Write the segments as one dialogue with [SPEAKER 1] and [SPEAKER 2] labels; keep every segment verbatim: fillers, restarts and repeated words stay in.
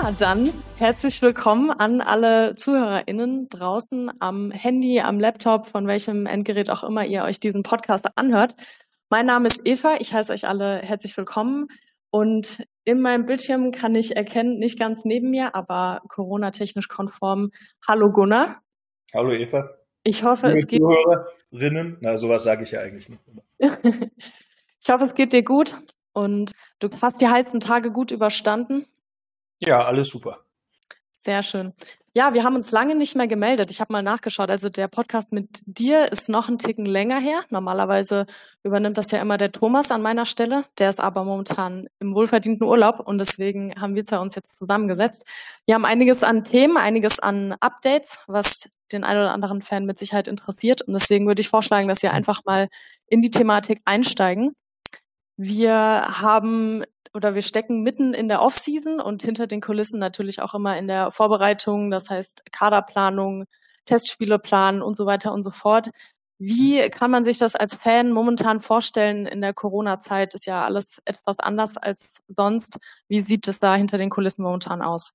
[SPEAKER 1] Ja, dann herzlich willkommen an alle ZuhörerInnen draußen am Handy, am Laptop, von welchem Endgerät auch immer ihr euch diesen Podcast anhört. Mein Name ist Eva, ich heiße euch alle herzlich willkommen und in meinem Bildschirm kann ich erkennen, nicht ganz neben mir, aber Corona-technisch konform, hallo Gunnar.
[SPEAKER 2] Hallo Eva.
[SPEAKER 1] Ich hoffe,
[SPEAKER 2] Liebe
[SPEAKER 1] es geht...
[SPEAKER 2] Zuhörerinnen, na sowas sage ich ja eigentlich nicht.
[SPEAKER 1] Ich hoffe, es geht dir gut und du hast die heißen Tage gut überstanden.
[SPEAKER 2] Ja, alles super.
[SPEAKER 1] Sehr schön. Ja, wir haben uns lange nicht mehr gemeldet. Ich habe mal nachgeschaut. Also der Podcast mit dir ist noch einen Ticken länger her. Normalerweise übernimmt das ja immer der Thomas an meiner Stelle. Der ist aber momentan im wohlverdienten Urlaub und deswegen haben wir zwei uns jetzt zusammengesetzt. Wir haben einiges an Themen, einiges an Updates, was den einen oder anderen Fan mit Sicherheit interessiert. Und deswegen würde ich vorschlagen, dass wir einfach mal in die Thematik einsteigen. Wir haben oder wir stecken mitten in der Off-Season und hinter den Kulissen natürlich auch immer in der Vorbereitung, das heißt Kaderplanung, Testspiele planen und so weiter und so fort. Wie kann man sich das als Fan momentan vorstellen? In der Corona-Zeit ist ja alles etwas anders als sonst. Wie sieht es da hinter den Kulissen momentan aus?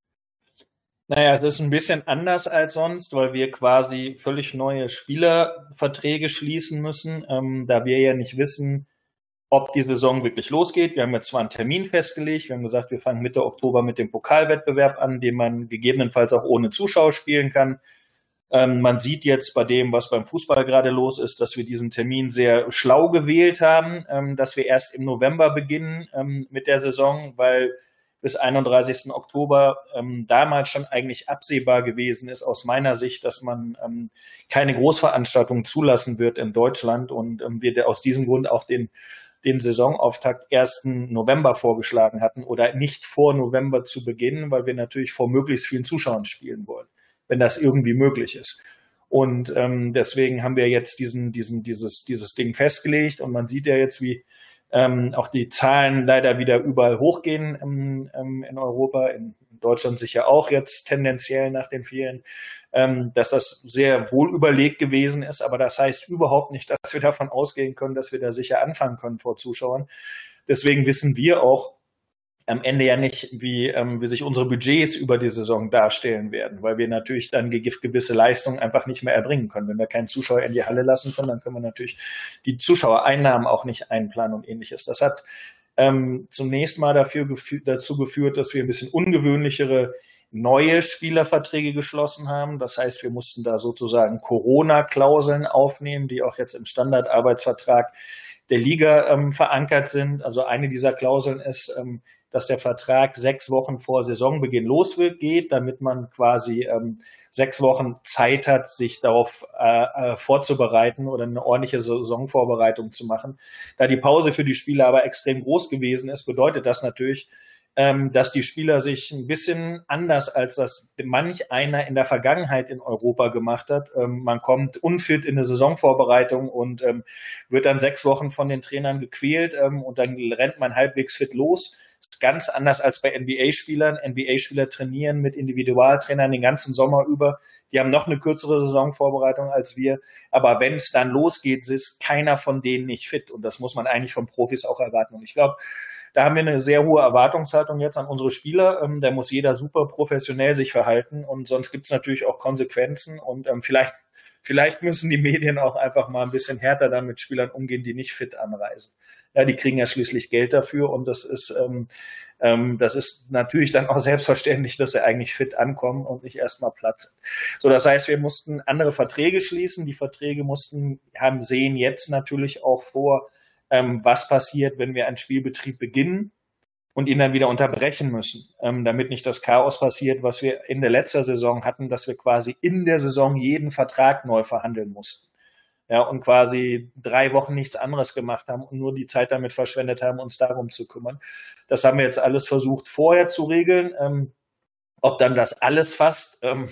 [SPEAKER 2] Naja, es ist ein bisschen anders als sonst, weil wir quasi völlig neue Spielerverträge schließen müssen, ähm, da wir ja nicht wissen, ob die Saison wirklich losgeht. Wir haben jetzt zwar einen Termin festgelegt, wir haben gesagt, wir fangen Mitte Oktober mit dem Pokalwettbewerb an, den man gegebenenfalls auch ohne Zuschauer spielen kann. Ähm, man sieht jetzt bei dem, was beim Fußball gerade los ist, dass wir diesen Termin sehr schlau gewählt haben, ähm, dass wir erst im November beginnen ähm, mit der Saison, weil bis einunddreißigsten Oktober ähm, damals schon eigentlich absehbar gewesen ist, aus meiner Sicht, dass man ähm, keine Großveranstaltung zulassen wird in Deutschland und ähm, wir aus diesem Grund auch den den Saisonauftakt ersten November vorgeschlagen hatten oder nicht vor November zu beginnen, weil wir natürlich vor möglichst vielen Zuschauern spielen wollen, wenn das irgendwie möglich ist. Und ähm, deswegen haben wir jetzt diesen, diesen, dieses, dieses Ding festgelegt und man sieht ja jetzt, wie ähm, auch die Zahlen leider wieder überall hochgehen ähm, ähm, in Europa, in Deutschland sicher auch jetzt tendenziell nach den vielen, ähm, dass das sehr wohl überlegt gewesen ist, aber das heißt überhaupt nicht, dass wir davon ausgehen können, dass wir da sicher anfangen können vor Zuschauern. Deswegen wissen wir auch am Ende ja nicht, wie, ähm, wie sich unsere Budgets über die Saison darstellen werden, weil wir natürlich dann gewisse Leistungen einfach nicht mehr erbringen können. Wenn wir keinen Zuschauer in die Halle lassen können, dann können wir natürlich die Zuschauereinnahmen auch nicht einplanen und ähnliches. Das hat ähm, zunächst mal dafür gefü- dazu geführt, dass wir ein bisschen ungewöhnlichere neue Spielerverträge geschlossen haben. Das heißt, wir mussten da sozusagen Corona-Klauseln aufnehmen, die auch jetzt im Standardarbeitsvertrag der Liga ähm, verankert sind. Also eine dieser Klauseln ist, ähm, dass der Vertrag sechs Wochen vor Saisonbeginn losgeht, damit man quasi ähm, sechs Wochen Zeit hat, sich darauf äh, äh, vorzubereiten oder eine ordentliche Saisonvorbereitung zu machen. Da die Pause für die Spieler aber extrem groß gewesen ist, bedeutet das natürlich, ähm, dass die Spieler sich ein bisschen anders, als das manch einer in der Vergangenheit in Europa gemacht hat. Ähm, man kommt unfit in eine Saisonvorbereitung und ähm, wird dann sechs Wochen von den Trainern gequält ähm, und dann rennt man halbwegs fit los. Ganz anders als bei N B A-Spielern. N B A-Spieler trainieren mit Individualtrainern den ganzen Sommer über. Die haben noch eine kürzere Saisonvorbereitung als wir. Aber wenn es dann losgeht, ist keiner von denen nicht fit. Und das muss man eigentlich von Profis auch erwarten. Und ich glaube, da haben wir eine sehr hohe Erwartungshaltung jetzt an unsere Spieler. Ähm, da muss jeder super professionell sich verhalten. Und sonst gibt es natürlich auch Konsequenzen. Und ähm, vielleicht, vielleicht müssen die Medien auch einfach mal ein bisschen härter dann mit Spielern umgehen, die nicht fit anreisen. Ja, die kriegen ja schließlich Geld dafür und das ist, ähm, ähm, das ist natürlich dann auch selbstverständlich, dass sie eigentlich fit ankommen und nicht erstmal platt sind. So, das heißt, wir mussten andere Verträge schließen. Die Verträge mussten, haben, sehen jetzt natürlich auch vor, ähm, was passiert, wenn wir einen Spielbetrieb beginnen und ihn dann wieder unterbrechen müssen, ähm, damit nicht das Chaos passiert, was wir in der letzten Saison hatten, dass wir quasi in der Saison jeden Vertrag neu verhandeln mussten. Ja, und quasi drei Wochen nichts anderes gemacht haben und nur die Zeit damit verschwendet haben, uns darum zu kümmern. Das haben wir jetzt alles versucht vorher zu regeln. Ähm, ob dann das alles fasst, ähm,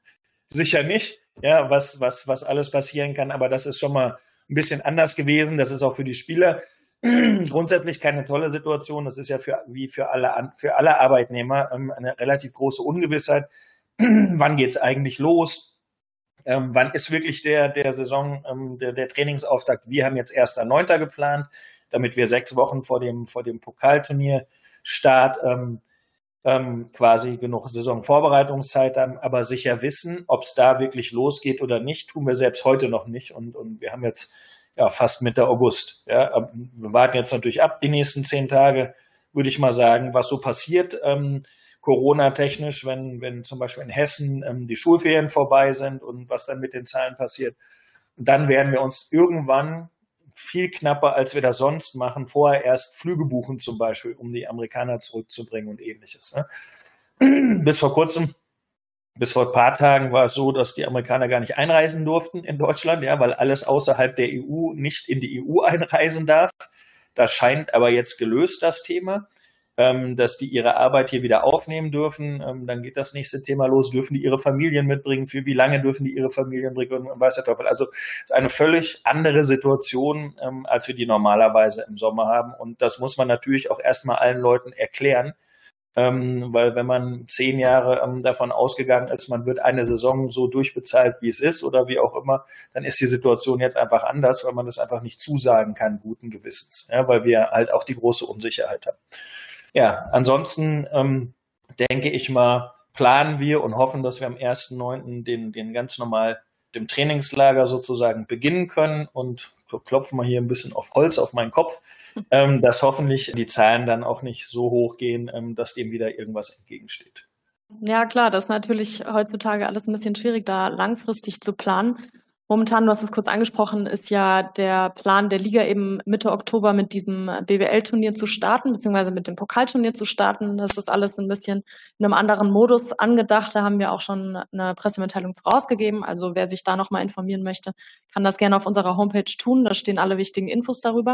[SPEAKER 2] sicher nicht. Ja, was, was, was alles passieren kann, aber das ist schon mal ein bisschen anders gewesen. Das ist auch für die Spieler grundsätzlich keine tolle Situation. Das ist ja für, wie für alle, für alle Arbeitnehmer ähm, eine relativ große Ungewissheit. Wann geht's eigentlich los? Ähm, wann ist wirklich der, der Saison, ähm, der, der Trainingsauftakt? Wir haben jetzt erster Neunter geplant, damit wir sechs Wochen vor dem, vor dem Pokalturnierstart ähm, ähm, quasi genug Saisonvorbereitungszeit haben, aber sicher wissen, ob es da wirklich losgeht oder nicht, tun wir selbst heute noch nicht. Und, und wir haben jetzt ja fast Mitte August. Ja. Wir warten jetzt natürlich ab, die nächsten zehn Tage, würde ich mal sagen, was so passiert, ähm, Corona-technisch, wenn, wenn zum Beispiel in Hessen ähm, die Schulferien vorbei sind und was dann mit den Zahlen passiert. Und dann werden wir uns irgendwann viel knapper, als wir das sonst machen, vorher erst Flüge buchen zum Beispiel, um die Amerikaner zurückzubringen und ähnliches. Ne? Bis vor kurzem, bis vor ein paar Tagen war es so, dass die Amerikaner gar nicht einreisen durften in Deutschland, ja, weil alles außerhalb der E U nicht in die E U einreisen darf. Das scheint aber jetzt gelöst, das Thema, ähm, dass die ihre Arbeit hier wieder aufnehmen dürfen. Ähm, dann geht das nächste Thema los. Dürfen die ihre Familien mitbringen? Für wie lange dürfen die ihre Familien bringen? Und weiß der Teufel. Also es ist eine völlig andere Situation, ähm, als wir die normalerweise im Sommer haben. Und das muss man natürlich auch erstmal allen Leuten erklären. Ähm, weil wenn man zehn Jahre ähm, davon ausgegangen ist, man wird eine Saison so durchbezahlt, wie es ist oder wie auch immer, dann ist die Situation jetzt einfach anders, weil man das einfach nicht zusagen kann, guten Gewissens, ja, weil wir halt auch die große Unsicherheit haben. Ja, ansonsten ähm, denke ich mal, planen wir und hoffen, dass wir am ersten neunten den, den ganz normal dem Trainingslager sozusagen beginnen können und klopfen mal hier ein bisschen auf Holz auf meinen Kopf, ähm, dass hoffentlich die Zahlen dann auch nicht so hoch gehen, ähm, dass dem wieder irgendwas entgegensteht.
[SPEAKER 1] Ja, klar, das ist natürlich heutzutage alles ein bisschen schwierig, da langfristig zu planen. Momentan, du hast es kurz angesprochen, ist ja der Plan der Liga eben Mitte Oktober mit diesem B W L-Turnier zu starten, beziehungsweise mit dem Pokalturnier zu starten. Das ist alles ein bisschen in einem anderen Modus angedacht. Da haben wir auch schon eine Pressemitteilung zu rausgegeben. Also wer sich da nochmal informieren möchte, kann das gerne auf unserer Homepage tun. Da stehen alle wichtigen Infos darüber.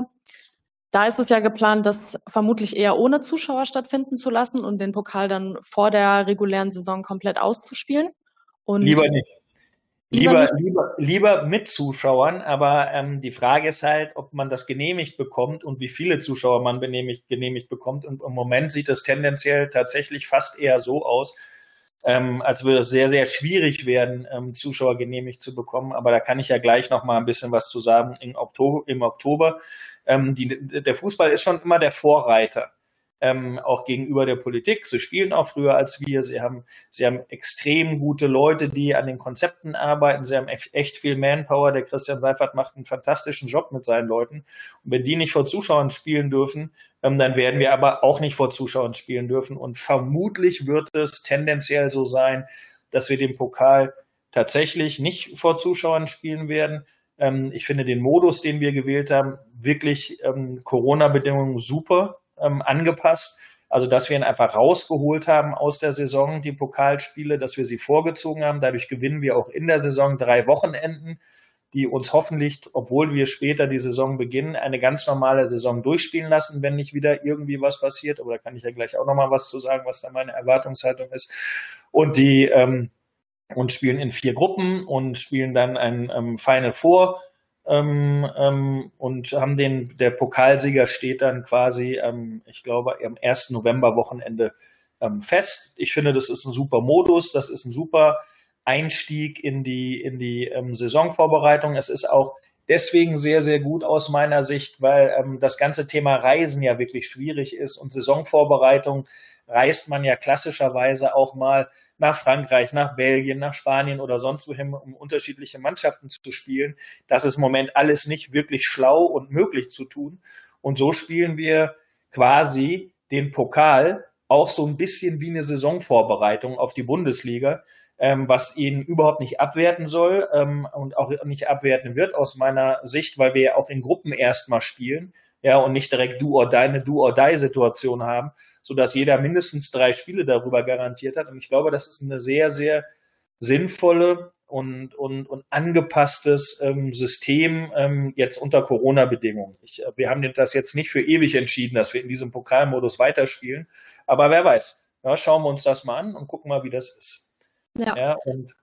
[SPEAKER 1] Da ist es ja geplant, das vermutlich eher ohne Zuschauer stattfinden zu lassen und den Pokal dann vor der regulären Saison komplett auszuspielen. Und
[SPEAKER 2] Lieber nicht. Lieber, lieber, lieber mit Zuschauern, aber ähm, die Frage ist halt, ob man das genehmigt bekommt und wie viele Zuschauer man genehmigt, genehmigt bekommt. Und im Moment sieht es tendenziell tatsächlich fast eher so aus, ähm, als würde es sehr, sehr schwierig werden, ähm, Zuschauer genehmigt zu bekommen. Aber da kann ich ja gleich noch mal ein bisschen was zu sagen im Oktober. Im Oktober. Ähm, die, der Fußball ist schon immer der Vorreiter. Ähm, auch gegenüber der Politik. Sie spielen auch früher als wir. Sie haben, sie haben extrem gute Leute, die an den Konzepten arbeiten. Sie haben echt viel Manpower. Der Christian Seifert macht einen fantastischen Job mit seinen Leuten. Und wenn die nicht vor Zuschauern spielen dürfen, ähm, dann werden wir aber auch nicht vor Zuschauern spielen dürfen. Und vermutlich wird es tendenziell so sein, dass wir den Pokal tatsächlich nicht vor Zuschauern spielen werden. Ähm, ich finde den Modus, den wir gewählt haben, wirklich ähm, Corona-Bedingungen super Ähm, angepasst, also dass wir ihn einfach rausgeholt haben aus der Saison, die Pokalspiele, dass wir sie vorgezogen haben. Dadurch gewinnen wir auch in der Saison drei Wochenenden, die uns hoffentlich, obwohl wir später die Saison beginnen, eine ganz normale Saison durchspielen lassen, wenn nicht wieder irgendwie was passiert. Aber da kann ich ja gleich auch nochmal was zu sagen, was da meine Erwartungshaltung ist. Und die ähm, und spielen in vier Gruppen und spielen dann ein ähm, Final Four. Ähm, ähm, und haben den, der Pokalsieger steht dann quasi, ähm, ich glaube, am ersten November-Wochenende ähm, fest. Ich finde, das ist ein super Modus, das ist ein super Einstieg in die, in die ähm, Saisonvorbereitung. Es ist auch deswegen sehr, sehr gut aus meiner Sicht, weil ähm, das ganze Thema Reisen ja wirklich schwierig ist und Saisonvorbereitung reist man ja klassischerweise auch mal nach Frankreich, nach Belgien, nach Spanien oder sonst wohin, um unterschiedliche Mannschaften zu spielen. Das ist im Moment alles nicht wirklich schlau und möglich zu tun. Und so spielen wir quasi den Pokal auch so ein bisschen wie eine Saisonvorbereitung auf die Bundesliga, ähm, was ihn überhaupt nicht abwerten soll ähm, und auch nicht abwerten wird aus meiner Sicht, weil wir ja auch in Gruppen erstmal spielen, ja, und nicht direkt Do or Die, eine Do or Die Situation haben, sodass jeder mindestens drei Spiele darüber garantiert hat. Und ich glaube, das ist eine sehr, sehr sinnvolle und, und, und angepasstes ähm, System ähm, jetzt unter Corona-Bedingungen. Ich, wir haben das jetzt nicht für ewig entschieden, dass wir in diesem Pokalmodus weiterspielen. Aber wer weiß, ja, schauen wir uns das mal an und gucken mal, wie das ist.
[SPEAKER 1] Ja.
[SPEAKER 2] Ja, und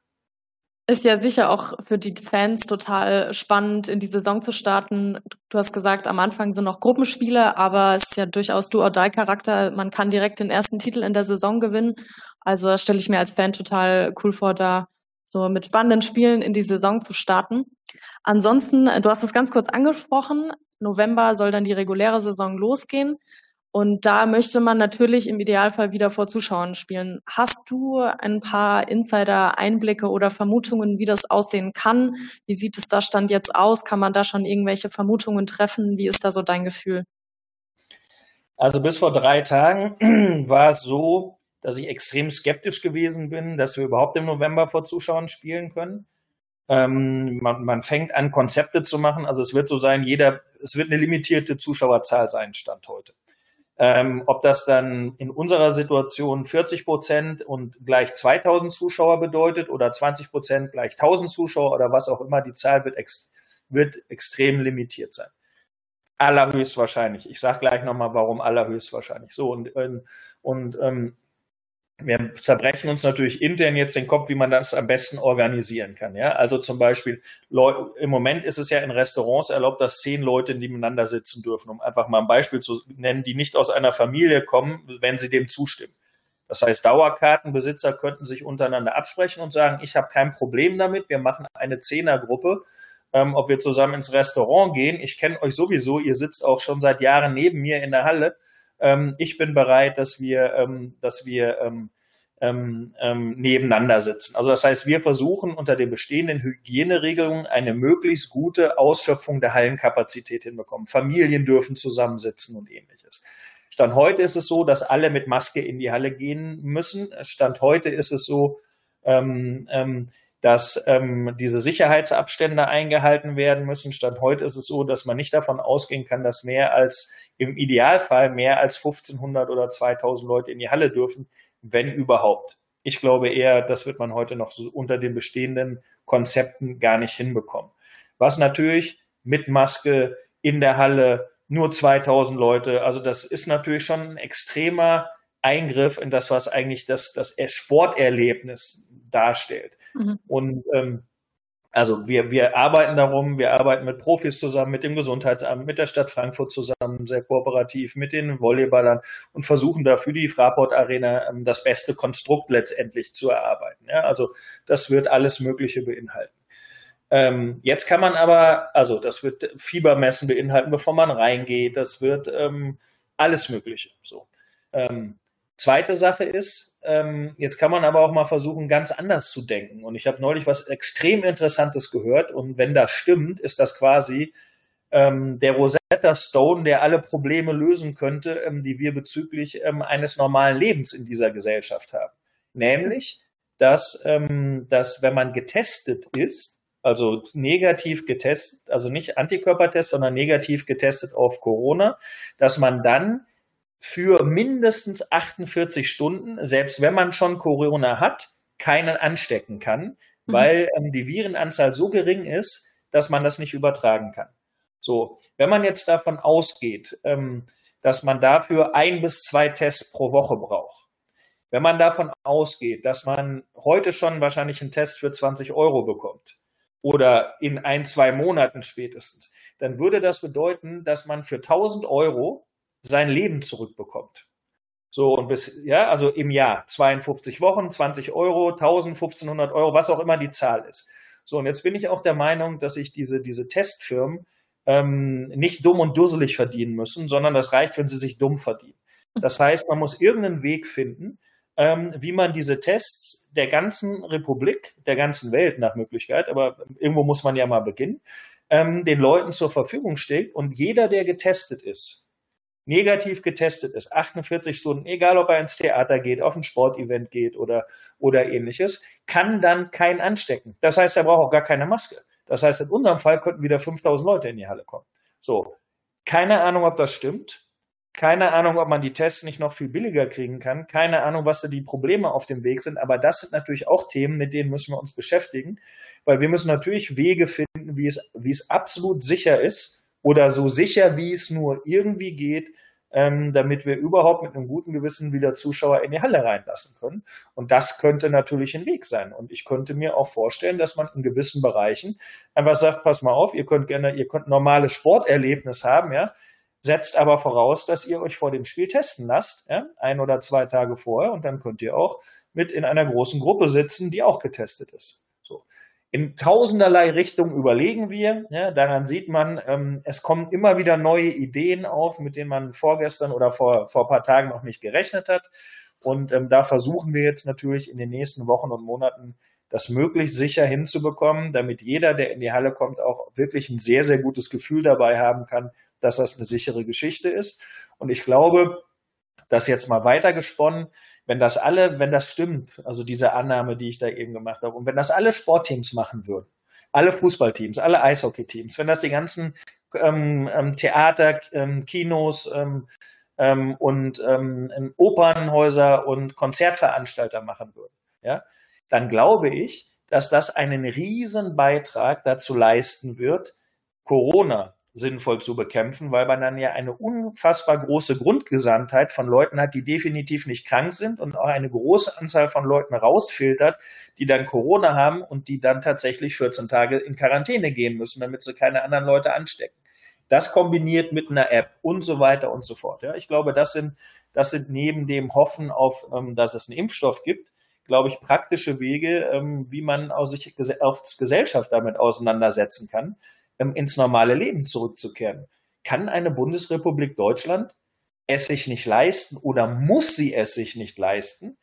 [SPEAKER 1] Ist ja sicher auch für die Fans total spannend, in die Saison zu starten. Du hast gesagt, am Anfang sind noch Gruppenspiele, aber es ist ja durchaus Do-or-Die-Charakter. Man kann direkt den ersten Titel in der Saison gewinnen. Also das stelle ich mir als Fan total cool vor, da so mit spannenden Spielen in die Saison zu starten. Ansonsten, du hast das ganz kurz angesprochen, November soll dann die reguläre Saison losgehen. Und da möchte man natürlich im Idealfall wieder vor Zuschauern spielen. Hast du ein paar Insider-Einblicke oder Vermutungen, wie das aussehen kann? Wie sieht es da Stand jetzt aus? Kann man da schon irgendwelche Vermutungen treffen? Wie ist da so dein Gefühl?
[SPEAKER 2] Also bis vor drei Tagen war es so, dass ich extrem skeptisch gewesen bin, dass wir überhaupt im November vor Zuschauern spielen können. Ähm, man, man fängt an, Konzepte zu machen. Also es wird so sein, jeder, es wird eine limitierte Zuschauerzahl sein, Stand heute. Ähm, ob das dann in unserer Situation vierzig Prozent und gleich zweitausend Zuschauer bedeutet oder zwanzig Prozent gleich tausend Zuschauer oder was auch immer, die Zahl wird, ex wird extrem limitiert sein. Allerhöchstwahrscheinlich. Ich sage gleich nochmal, warum allerhöchstwahrscheinlich. So, und, und ähm, wir zerbrechen uns natürlich intern jetzt den Kopf, wie man das am besten organisieren kann. Ja? Also zum Beispiel, im Moment ist es ja in Restaurants erlaubt, dass zehn Leute nebeneinander sitzen dürfen, um einfach mal ein Beispiel zu nennen, die nicht aus einer Familie kommen, wenn sie dem zustimmen. Das heißt, Dauerkartenbesitzer könnten sich untereinander absprechen und sagen, ich habe kein Problem damit, wir machen eine Zehnergruppe, ähm, ob wir zusammen ins Restaurant gehen. Ich kenne euch sowieso, ihr sitzt auch schon seit Jahren neben mir in der Halle. Ich bin bereit, dass wir, ähm, dass wir ähm, ähm, nebeneinander sitzen. Also das heißt, wir versuchen unter den bestehenden Hygieneregelungen eine möglichst gute Ausschöpfung der Hallenkapazität hinbekommen. Familien dürfen zusammensitzen und ähnliches. Stand heute ist es so, dass alle mit Maske in die Halle gehen müssen. Stand heute ist es so, ähm, ähm, dass ähm, diese Sicherheitsabstände eingehalten werden müssen. Stand heute ist es so, dass man nicht davon ausgehen kann, dass mehr als im Idealfall mehr als fünfzehnhundert oder zweitausend Leute in die Halle dürfen, wenn überhaupt. Ich glaube eher, das wird man heute noch so unter den bestehenden Konzepten gar nicht hinbekommen. Was natürlich mit Maske in der Halle nur zweitausend Leute, also das ist natürlich schon ein extremer Eingriff in das, was eigentlich das, das Sporterlebnis darstellt. Mhm. Und ähm, also wir, wir arbeiten darum, wir arbeiten mit Profis zusammen, mit dem Gesundheitsamt, mit der Stadt Frankfurt zusammen, sehr kooperativ, mit den Volleyballern und versuchen da für die Fraport Arena ähm, das beste Konstrukt letztendlich zu erarbeiten. Ja, also das wird alles Mögliche beinhalten. Ähm, jetzt kann man aber, also das wird Fiebermessen beinhalten, bevor man reingeht, das wird ähm, alles Mögliche. So. Ähm, Zweite Sache ist, ähm, jetzt kann man aber auch mal versuchen, ganz anders zu denken. Und ich habe neulich was extrem Interessantes gehört. Und wenn das stimmt, ist das quasi ähm, der Rosetta Stone, der alle Probleme lösen könnte, ähm, die wir bezüglich ähm, eines normalen Lebens in dieser Gesellschaft haben. Nämlich, dass, ähm, dass wenn man getestet ist, also negativ getestet, also nicht Antikörpertest, sondern negativ getestet auf Corona, dass man dann für mindestens achtundvierzig Stunden, selbst wenn man schon Corona hat, keinen anstecken kann, mhm. weil ähm, die Virenanzahl so gering ist, dass man das nicht übertragen kann. So, wenn man jetzt davon ausgeht, ähm, dass man dafür ein bis zwei Tests pro Woche braucht, wenn man davon ausgeht, dass man heute schon wahrscheinlich einen Test für zwanzig Euro bekommt oder in ein, zwei Monaten spätestens, dann würde das bedeuten, dass man für tausend Euro sein Leben zurückbekommt. So, und bis, ja, also im Jahr, zweiundfünfzig Wochen, zwanzig Euro, tausend, fünfzehnhundert Euro, was auch immer die Zahl ist. So, und jetzt bin ich auch der Meinung, dass sich diese, diese Testfirmen ähm, nicht dumm und dusselig verdienen müssen, sondern das reicht, wenn sie sich dumm verdienen. Das heißt, man muss irgendeinen Weg finden, ähm, wie man diese Tests der ganzen Republik, der ganzen Welt nach Möglichkeit, aber irgendwo muss man ja mal beginnen, ähm, den Leuten zur Verfügung stellt und jeder, der getestet ist, negativ getestet ist, achtundvierzig Stunden, egal ob er ins Theater geht, auf ein Sportevent geht oder, oder ähnliches, kann dann keinen anstecken. Das heißt, er braucht auch gar keine Maske. Das heißt, in unserem Fall könnten wieder fünftausend Leute in die Halle kommen. So, keine Ahnung, ob das stimmt. Keine Ahnung, ob man die Tests nicht noch viel billiger kriegen kann. Keine Ahnung, was da die Probleme auf dem Weg sind. Aber das sind natürlich auch Themen, mit denen müssen wir uns beschäftigen. Weil wir müssen natürlich Wege finden, wie es, wie es absolut sicher ist, oder so sicher, wie es nur irgendwie geht, ähm, damit wir überhaupt mit einem guten Gewissen wieder Zuschauer in die Halle reinlassen können. Und das könnte natürlich ein Weg sein. Und ich könnte mir auch vorstellen, dass man in gewissen Bereichen einfach sagt, pass mal auf, ihr könnt gerne, ihr könnt ein normales Sporterlebnis haben, ja, setzt aber voraus, dass ihr euch vor dem Spiel testen lasst, ja, ein oder zwei Tage vorher, und dann könnt ihr auch mit in einer großen Gruppe sitzen, die auch getestet ist. So. In tausenderlei Richtungen überlegen wir. Ja, daran sieht man, ähm, es kommen immer wieder neue Ideen auf, mit denen man vorgestern oder vor, vor ein paar Tagen noch nicht gerechnet hat. Und ähm, da versuchen wir jetzt natürlich in den nächsten Wochen und Monaten das möglichst sicher hinzubekommen, damit jeder, der in die Halle kommt, auch wirklich ein sehr, sehr gutes Gefühl dabei haben kann, dass das eine sichere Geschichte ist. Und ich glaube, das jetzt mal weitergesponnen, wenn das alle, wenn das stimmt, also diese Annahme, die ich da eben gemacht habe, und wenn das alle Sportteams machen würden, alle Fußballteams, alle Eishockeyteams, wenn das die ganzen ähm, Theater, ähm, Kinos ähm, ähm, und ähm, Opernhäuser und Konzertveranstalter machen würden, ja, dann glaube ich, dass das einen riesen Beitrag dazu leisten wird, Corona sinnvoll zu bekämpfen, weil man dann ja eine unfassbar große Grundgesamtheit von Leuten hat, die definitiv nicht krank sind und auch eine große Anzahl von Leuten rausfiltert, die dann Corona haben und die dann tatsächlich vierzehn Tage in Quarantäne gehen müssen, damit sie keine anderen Leute anstecken. Das kombiniert mit einer App und so weiter und so fort. Ja, ich glaube, das sind, das sind neben dem Hoffen auf, dass es einen Impfstoff gibt, glaube ich, praktische Wege, wie man auch sich als Gesellschaft damit auseinandersetzen kann, ins normale Leben zurückzukehren. Kann eine Bundesrepublik Deutschland es sich nicht leisten oder muss sie es sich nicht leisten,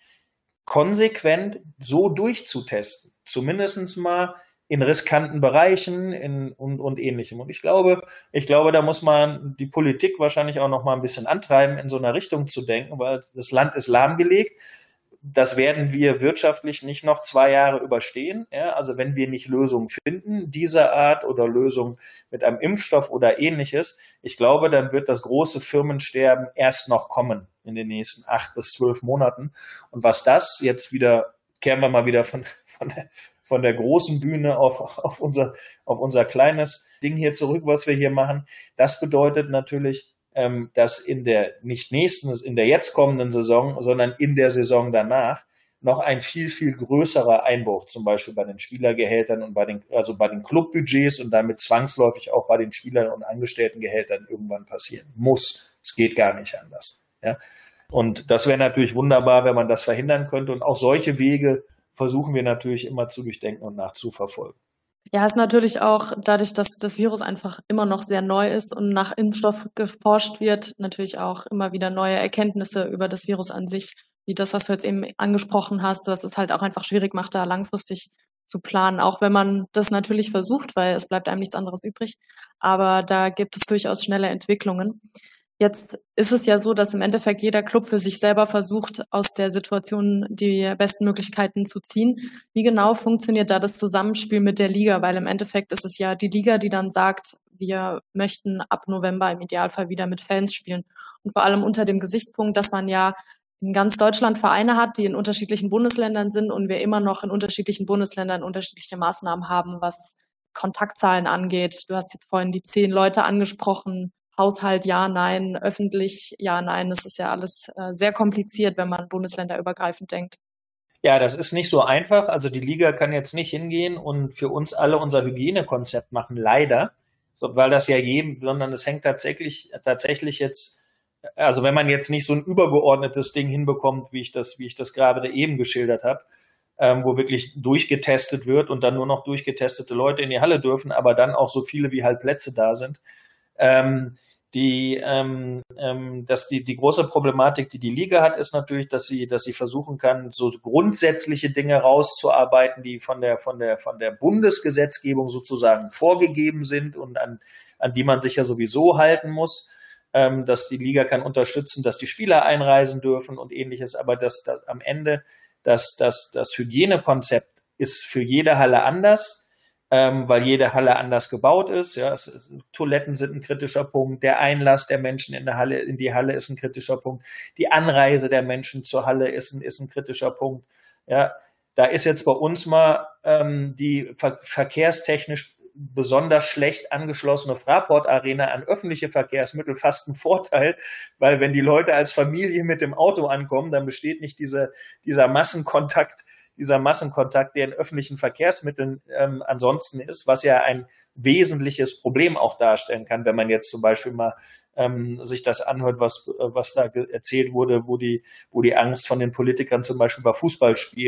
[SPEAKER 2] konsequent so durchzutesten? Zumindest mal in riskanten Bereichen in, und, und Ähnlichem. Und ich glaube, ich glaube, da muss man die Politik wahrscheinlich auch noch mal ein bisschen antreiben, in so einer Richtung zu denken, weil das Land ist lahmgelegt. Das werden wir wirtschaftlich nicht noch zwei Jahre überstehen. Ja, also wenn wir nicht Lösungen finden, dieser Art oder Lösungen mit einem Impfstoff oder Ähnliches, ich glaube, dann wird das große Firmensterben erst noch kommen in den nächsten acht bis zwölf Monaten. Und was das jetzt wieder, kehren wir mal wieder von, von, der, von der großen Bühne auf, auf, unser, auf unser kleines Ding hier zurück, was wir hier machen. Das bedeutet natürlich, dass in der nicht nächsten, in der jetzt kommenden Saison, sondern in der Saison danach noch ein viel, viel größerer Einbruch zum Beispiel bei den Spielergehältern und bei den, also bei den Clubbudgets und damit zwangsläufig auch bei den Spielern- und Angestelltengehältern irgendwann passieren muss. Es geht gar nicht anders. Ja? Und das wäre natürlich wunderbar, wenn man das verhindern könnte. Und auch solche Wege versuchen wir natürlich immer zu durchdenken und nachzuverfolgen.
[SPEAKER 1] Ja, ist natürlich auch dadurch, dass das Virus einfach immer noch sehr neu ist und nach Impfstoff geforscht wird, natürlich auch immer wieder neue Erkenntnisse über das Virus an sich, wie das, was du jetzt eben angesprochen hast, dass es halt auch einfach schwierig macht, da langfristig zu planen, auch wenn man das natürlich versucht, weil es bleibt einem nichts anderes übrig. Aber da gibt es durchaus schnelle Entwicklungen. Jetzt ist es ja so, dass im Endeffekt jeder Club für sich selber versucht, aus der Situation die besten Möglichkeiten zu ziehen. Wie genau funktioniert da das Zusammenspiel mit der Liga? Weil im Endeffekt ist es ja die Liga, die dann sagt, wir möchten ab November im Idealfall wieder mit Fans spielen. Und vor allem unter dem Gesichtspunkt, dass man ja in ganz Deutschland Vereine hat, die in unterschiedlichen Bundesländern sind und wir immer noch in unterschiedlichen Bundesländern unterschiedliche Maßnahmen haben, was Kontaktzahlen angeht. Du hast jetzt vorhin die zehn Leute angesprochen. Haushalt, ja, nein, öffentlich, ja, nein. Das ist ja alles äh, sehr kompliziert, wenn man bundesländerübergreifend denkt.
[SPEAKER 2] Ja, das ist nicht so einfach. Also die Liga kann jetzt nicht hingehen und für uns alle unser Hygienekonzept machen, leider, so, weil das ja jedem, sondern es hängt tatsächlich, tatsächlich jetzt, also wenn man jetzt nicht so ein übergeordnetes Ding hinbekommt, wie ich das, wie ich das gerade eben geschildert habe, ähm, wo wirklich durchgetestet wird und dann nur noch durchgetestete Leute in die Halle dürfen, aber dann auch so viele wie halt Plätze da sind. Ähm, Die, ähm, ähm, dass die, die große Problematik, die die Liga hat, ist natürlich, dass sie, dass sie versuchen kann, so grundsätzliche Dinge rauszuarbeiten, die von der, von der, von der Bundesgesetzgebung sozusagen vorgegeben sind und an, an die man sich ja sowieso halten muss. Ähm, dass die Liga kann unterstützen, dass die Spieler einreisen dürfen und ähnliches, aber dass, dass am Ende, dass, dass das Hygienekonzept ist für jede Halle anders. Ähm, weil jede Halle anders gebaut ist. Ja, es ist, Toiletten sind ein kritischer Punkt, der Einlass der Menschen in der Halle, in die Halle ist ein kritischer Punkt, die Anreise der Menschen zur Halle ist ein, ist ein kritischer Punkt. Ja, da ist jetzt bei uns mal ähm, die ver- verkehrstechnisch besonders schlecht angeschlossene Fraport-Arena an öffentliche Verkehrsmittel fast ein Vorteil, weil wenn die Leute als Familie mit dem Auto ankommen, dann besteht nicht diese, dieser Massenkontakt, dieser Massenkontakt, der in öffentlichen Verkehrsmitteln ähm, ansonsten ist, was ja ein wesentliches Problem auch darstellen kann, wenn man jetzt zum Beispiel mal ähm, sich das anhört, was was da ge- erzählt wurde, wo die wo die Angst von den Politikern zum Beispiel bei Fußballspielen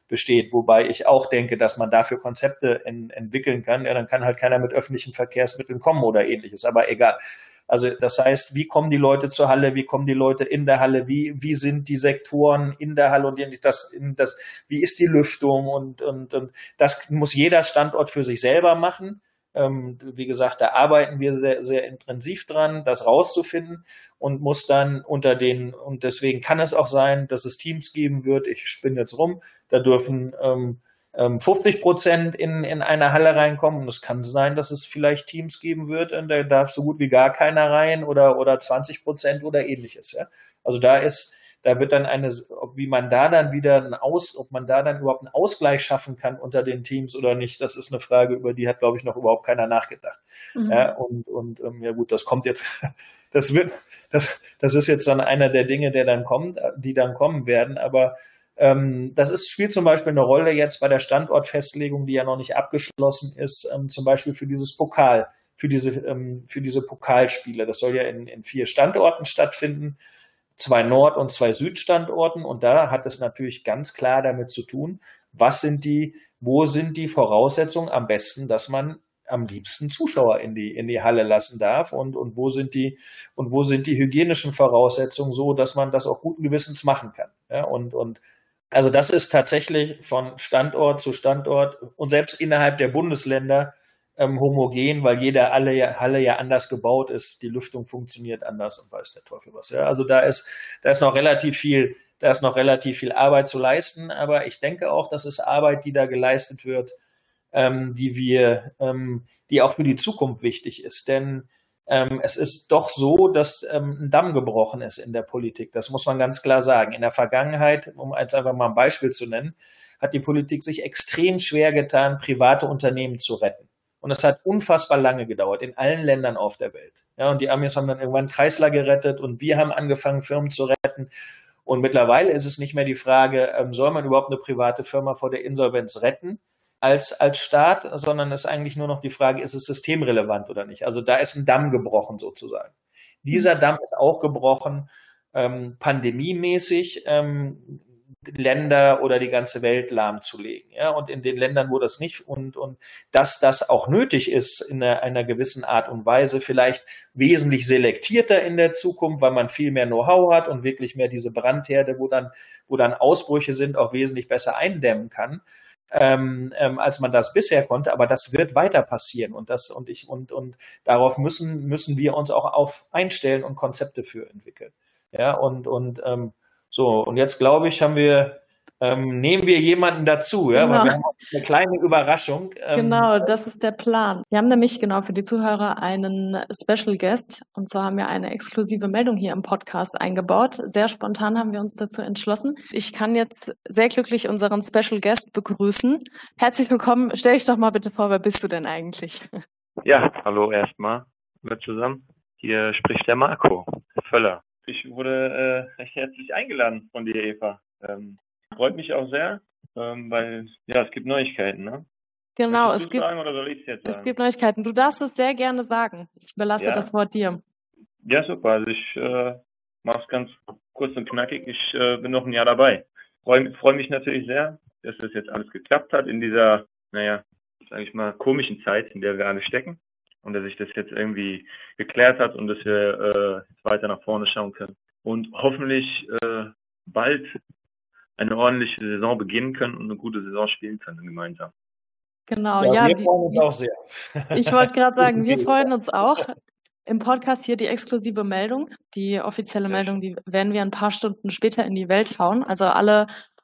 [SPEAKER 2] besteht, wobei ich auch denke, dass man dafür Konzepte in, entwickeln kann. Ja, dann kann halt keiner mit öffentlichen Verkehrsmitteln kommen oder ähnliches, aber egal. Also das heißt, wie kommen die Leute zur Halle, wie kommen die Leute in der Halle, wie, wie sind die Sektoren in der Halle und das, in das, wie ist die Lüftung und, und, und das muss jeder Standort für sich selber machen. Ähm, wie gesagt, da arbeiten wir sehr, sehr intensiv dran, das rauszufinden und muss dann unter den, und deswegen kann es auch sein, dass es Teams geben wird, ich spinne jetzt rum, da dürfen ähm, fünfzig Prozent in, in eine Halle reinkommen und es kann sein, dass es vielleicht Teams geben wird, und da darf so gut wie gar keiner rein oder, oder zwanzig Prozent oder ähnliches. Ja? Also da ist, da wird dann eine, wie man da dann wieder ein Aus, ob man da dann überhaupt einen Ausgleich schaffen kann unter den Teams oder nicht, das ist eine Frage, über die hat, glaube ich, noch überhaupt keiner nachgedacht. Mhm. Ja, und, und ähm, ja gut, das kommt jetzt, das wird, das, das ist jetzt dann einer der Dinge, der dann kommt, die dann kommen werden, aber ähm, das ist, spielt zum Beispiel eine Rolle jetzt bei der Standortfestlegung, die ja noch nicht abgeschlossen ist, ähm, zum Beispiel für dieses Pokal, für diese, ähm, für diese Pokalspiele. Das soll ja in, in vier Standorten stattfinden, zwei Nord- und zwei Südstandorten. Und da hat es natürlich ganz klar damit zu tun, was sind die, wo sind die Voraussetzungen am besten, dass man am liebsten Zuschauer in die, in die Halle lassen darf und, und wo sind die, und wo sind die hygienischen Voraussetzungen so, dass man das auch guten Gewissens machen kann. Ja, und, und, also das ist tatsächlich von Standort zu Standort und selbst innerhalb der Bundesländer ähm, homogen, weil jede Halle ja, Halle ja anders gebaut ist. Die Lüftung funktioniert anders und weiß der Teufel was. Ja, also da ist, da ist noch relativ viel, da ist noch relativ viel Arbeit zu leisten. Aber ich denke auch, das ist Arbeit, die da geleistet wird, ähm, die wir, ähm, die auch für die Zukunft wichtig ist. Denn Ähm, es ist doch so, dass ähm, ein Damm gebrochen ist in der Politik. Das muss man ganz klar sagen. In der Vergangenheit, um jetzt einfach mal ein Beispiel zu nennen, hat die Politik sich extrem schwer getan, private Unternehmen zu retten. Und es hat unfassbar lange gedauert, in allen Ländern auf der Welt. Ja, und die Amis haben dann irgendwann Chrysler gerettet und wir haben angefangen, Firmen zu retten. Und mittlerweile ist es nicht mehr die Frage, ähm, soll man überhaupt eine private Firma vor der Insolvenz retten? Als, als Staat, sondern es ist eigentlich nur noch die Frage, ist es systemrelevant oder nicht? Also da ist ein Damm gebrochen sozusagen. Dieser Damm ist auch gebrochen, ähm, pandemiemäßig ähm, Länder oder die ganze Welt lahmzulegen. Ja? Und in den Ländern, wo das nicht und, und dass das auch nötig ist in einer, einer gewissen Art und Weise, vielleicht wesentlich selektierter in der Zukunft, weil man viel mehr Know-how hat und wirklich mehr diese Brandherde, wo dann, wo dann Ausbrüche sind, auch wesentlich besser eindämmen kann. Ähm, ähm, als man das bisher konnte, aber das wird weiter passieren und das und ich und und darauf müssen müssen wir uns auch auf einstellen und Konzepte für entwickeln. Ja, und und ähm, so und jetzt glaube ich, haben wir ähm, nehmen wir jemanden dazu, ja,
[SPEAKER 1] genau.
[SPEAKER 2] Weil wir haben eine kleine Überraschung.
[SPEAKER 1] Ähm, genau, das ist der Plan. Wir haben nämlich genau für die Zuhörer einen Special Guest und zwar haben wir eine exklusive Meldung hier im Podcast eingebaut. Sehr spontan haben wir uns dazu entschlossen. Ich kann jetzt sehr glücklich unseren Special Guest begrüßen. Herzlich willkommen. Stell dich doch mal bitte vor, wer bist du denn eigentlich?
[SPEAKER 3] Ja, hallo erstmal mit zusammen. Hier spricht der Marco Völler. Ich wurde äh, recht herzlich eingeladen von dir, Eva. Ähm, Freut mich auch sehr, ähm, weil, ja, es gibt Neuigkeiten, ne?
[SPEAKER 1] Genau, es gibt,
[SPEAKER 3] sagen, oder soll ich es jetzt
[SPEAKER 1] es
[SPEAKER 3] sagen?
[SPEAKER 1] gibt Neuigkeiten. Du darfst es sehr gerne sagen. Ich belasse
[SPEAKER 3] ja.
[SPEAKER 1] das Wort dir.
[SPEAKER 3] Ja, super. Also ich äh, mache es ganz kurz und knackig. Ich äh, bin noch ein Jahr dabei. Freue freu mich natürlich sehr, dass das jetzt alles geklappt hat in dieser, naja, sage ich mal, komischen Zeit, in der wir alle stecken. Und dass sich das jetzt irgendwie geklärt hat und dass wir äh, weiter nach vorne schauen können. Und hoffentlich äh, bald eine ordentliche Saison beginnen können und eine gute Saison spielen können gemeinsam.
[SPEAKER 1] Genau,
[SPEAKER 2] ja.
[SPEAKER 1] ja
[SPEAKER 2] Wir
[SPEAKER 1] wie,
[SPEAKER 2] freuen uns auch sehr.
[SPEAKER 1] Ich wollte gerade sagen, wir freuen uns auch. Im Podcast hier die exklusive Meldung. Die offizielle Meldung, die werden wir ein paar Stunden später in die Welt hauen. Also alle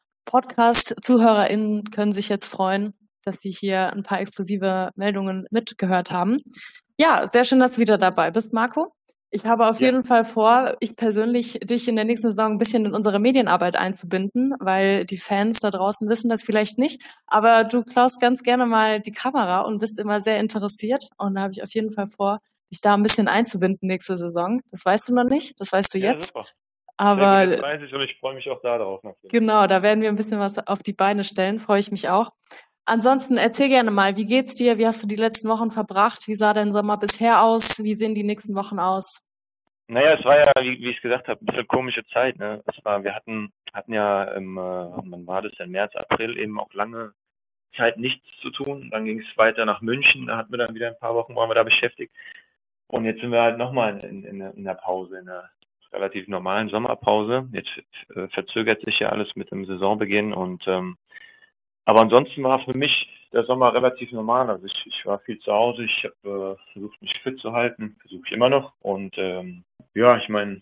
[SPEAKER 1] Podcast-ZuhörerInnen können sich jetzt freuen, dass sie hier ein paar exklusive Meldungen mitgehört haben. Ja, sehr schön, dass du wieder dabei bist, Marco. Ich habe auf ja. jeden Fall vor, ich persönlich dich in der nächsten Saison ein bisschen in unsere Medienarbeit einzubinden, weil die Fans da draußen wissen das vielleicht nicht. Aber du klaust ganz gerne mal die Kamera und bist immer sehr interessiert. Und da habe ich auf jeden Fall vor, dich da ein bisschen einzubinden nächste Saison. Das weißt du noch nicht, das weißt du
[SPEAKER 3] ja,
[SPEAKER 1] jetzt.
[SPEAKER 3] Super.
[SPEAKER 1] Aber
[SPEAKER 3] das weiß ich und ich freue mich auch darauf. Natürlich.
[SPEAKER 1] Genau, da werden wir ein bisschen was auf die Beine stellen, freue ich mich auch. Ansonsten erzähl gerne mal, wie geht's dir? Wie hast du die letzten Wochen verbracht? Wie sah dein Sommer bisher aus? Wie sehen die nächsten Wochen aus?
[SPEAKER 3] Naja, es war ja, wie, wie ich es gesagt habe, ein bisschen komische Zeit. Ne? Es war, wir hatten, hatten ja im, äh, wann war das denn, März, April eben auch lange Zeit nichts zu tun. Dann ging es weiter nach München, da hatten wir dann wieder ein paar Wochen, waren wir da beschäftigt. Und jetzt sind wir halt nochmal in, in, in der Pause, in der relativ normalen Sommerpause. Jetzt äh, verzögert sich ja alles mit dem Saisonbeginn und ähm, aber ansonsten war für mich der Sommer relativ normal. Also ich, ich war viel zu Hause, ich habe äh, versucht, mich fit zu halten, versuche ich immer noch. Und ähm, ja, ich meine,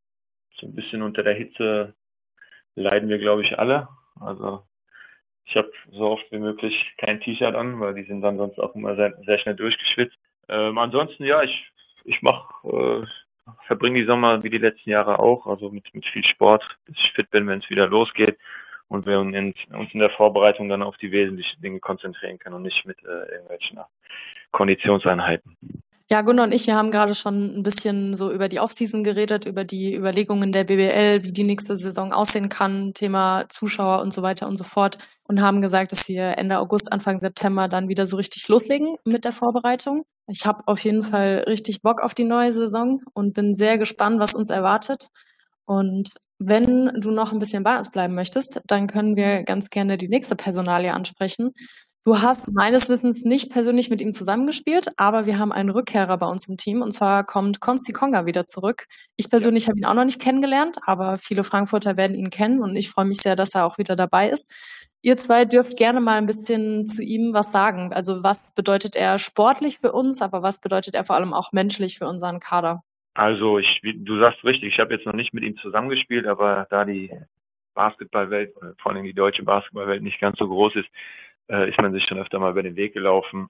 [SPEAKER 3] so ein bisschen unter der Hitze leiden wir, glaube ich, alle. Also ich habe so oft wie möglich kein T-Shirt an, weil die sind dann sonst auch immer sehr, sehr schnell durchgeschwitzt. Ähm, ansonsten, ja, ich ich mache, äh, verbringe die Sommer wie die letzten Jahre auch, also mit mit viel Sport, bis ich fit bin, wenn es wieder losgeht und wir uns in, uns in der Vorbereitung dann auf die wesentlichen Dinge konzentrieren können und nicht mit äh, irgendwelchen Konditionseinheiten.
[SPEAKER 1] Ja, Gunnar und ich, wir haben gerade schon ein bisschen so über die Offseason geredet, über die Überlegungen der B B L, wie die nächste Saison aussehen kann, Thema Zuschauer und so weiter und so fort und haben gesagt, dass wir Ende August, Anfang September dann wieder so richtig loslegen mit der Vorbereitung. Ich habe auf jeden Fall richtig Bock auf die neue Saison und bin sehr gespannt, was uns erwartet. Und wenn du noch ein bisschen bei uns bleiben möchtest, dann können wir ganz gerne die nächste Personalie ansprechen. Du hast meines Wissens nicht persönlich mit ihm zusammengespielt, aber wir haben einen Rückkehrer bei uns im Team und zwar kommt Konsti Konga wieder zurück. Ich persönlich habe ihn auch noch nicht kennengelernt, aber viele Frankfurter werden ihn kennen und ich freue mich sehr, dass er auch wieder dabei ist. Ihr zwei dürft gerne mal ein bisschen zu ihm was sagen. Also was bedeutet er sportlich für uns, aber was bedeutet er vor allem auch menschlich für unseren Kader?
[SPEAKER 3] Also ich, du sagst richtig, ich habe jetzt noch nicht mit ihm zusammengespielt, aber da die Basketballwelt, vor allem die deutsche Basketballwelt nicht ganz so groß ist, äh, ist man sich schon öfter mal über den Weg gelaufen.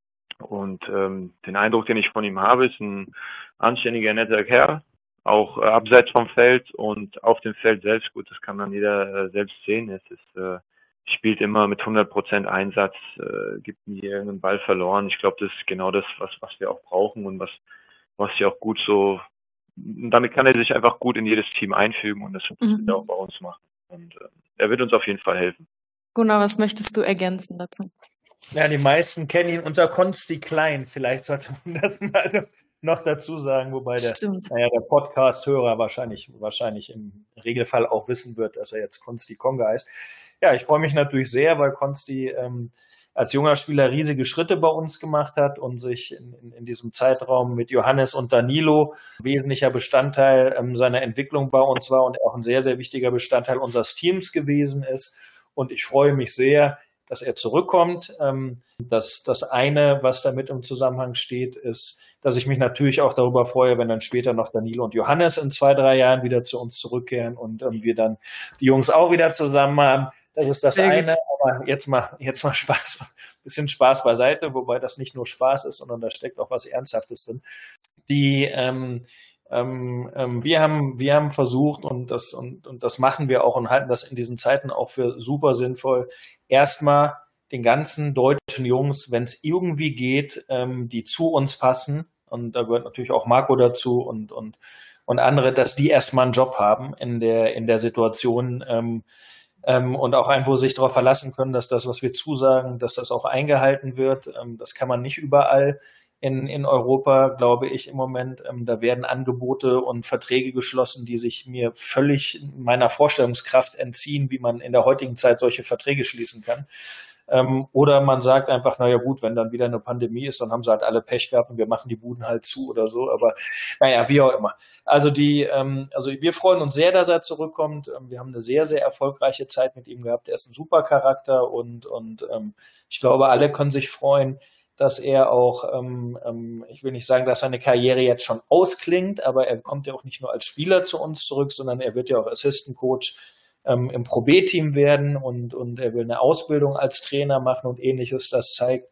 [SPEAKER 3] Und ähm, den Eindruck, den ich von ihm habe, ist ein anständiger, netter Kerl, auch äh, abseits vom Feld und auf dem Feld selbst. Gut, das kann dann jeder äh, selbst sehen. Es ist, äh, spielt immer mit hundert Prozent Einsatz, äh, gibt nie irgendeinen Ball verloren. Ich glaube, das ist genau das, was was wir auch brauchen und was was ja auch gut so, damit kann er sich einfach gut in jedes Team einfügen und das wird mhm. er auch bei uns machen. Und äh, er wird uns auf jeden Fall helfen.
[SPEAKER 1] Gunnar, was möchtest du ergänzen dazu?
[SPEAKER 2] Ja, die meisten kennen ihn unter Konsti Klein. Vielleicht sollte man das mal noch dazu sagen, wobei der, naja, der Podcast-Hörer wahrscheinlich, wahrscheinlich im Regelfall auch wissen wird, dass er jetzt Konsti Konga heißt. Ja, ich freue mich natürlich sehr, weil Konsti ähm, als junger Spieler riesige Schritte bei uns gemacht hat und sich in, in, in diesem Zeitraum mit Johannes und Danilo wesentlicher Bestandteil ähm, seiner Entwicklung bei uns war und auch ein sehr, sehr wichtiger Bestandteil unseres Teams gewesen ist. Und ich freue mich sehr, dass er zurückkommt. Ähm, das, das eine, was damit im Zusammenhang steht, ist, dass ich mich natürlich auch darüber freue, wenn dann später noch Danilo und Johannes in zwei, drei Jahren wieder zu uns zurückkehren und ähm, wir dann die Jungs auch wieder zusammen haben. Das ist das Sehr eine, gut. Aber jetzt mal, jetzt mal Spaß, bisschen Spaß beiseite, wobei das nicht nur Spaß ist, sondern da steckt auch was Ernsthaftes drin. Die, ähm, ähm, ähm, wir haben, wir haben versucht und das, und, und das machen wir auch und halten das in diesen Zeiten auch für super sinnvoll, erstmal den ganzen deutschen Jungs, wenn es irgendwie geht, ähm, die zu uns passen, und da gehört natürlich auch Marco dazu und, und, und andere, dass die erstmal einen Job haben in der, in der Situation, ähm, Ähm, und auch einfach sich darauf verlassen können, dass das, was wir zusagen, dass das auch eingehalten wird. Ähm, das kann man nicht überall in, in Europa, glaube ich, im Moment. Ähm, da werden Angebote und Verträge geschlossen, die sich mir völlig meiner Vorstellungskraft entziehen, wie man in der heutigen Zeit solche Verträge schließen kann. Ähm, oder man sagt einfach, naja gut, wenn dann wieder eine Pandemie ist, dann haben sie halt alle Pech gehabt und wir machen die Buden halt zu oder so. Aber naja, wie auch immer. Also die, ähm, also wir freuen uns sehr, dass er zurückkommt. Ähm, wir haben eine sehr, sehr erfolgreiche Zeit mit ihm gehabt. Er ist ein super Charakter und, und ähm, ich glaube, alle können sich freuen, dass er auch, ähm, ähm, ich will nicht sagen, dass seine Karriere jetzt schon ausklingt, aber er kommt ja auch nicht nur als Spieler zu uns zurück, sondern er wird ja auch Assistant Coach ähm, im Pro B-Team werden und, und er will eine Ausbildung als Trainer machen und ähnliches. Das zeigt,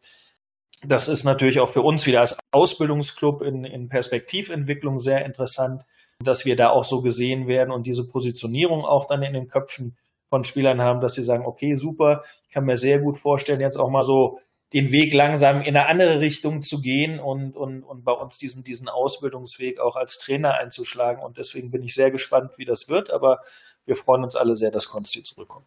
[SPEAKER 2] das ist natürlich auch für uns wieder als Ausbildungsclub in, in Perspektiventwicklung sehr interessant, dass wir da auch so gesehen werden und diese Positionierung auch dann in den Köpfen von Spielern haben, dass sie sagen, okay, super, ich kann mir sehr gut vorstellen, jetzt auch mal so den Weg langsam in eine andere Richtung zu gehen und, und, und bei uns diesen, diesen Ausbildungsweg auch als Trainer einzuschlagen. Und deswegen bin ich sehr gespannt, wie das wird, aber wir freuen uns alle sehr, dass Konsti zurückkommt.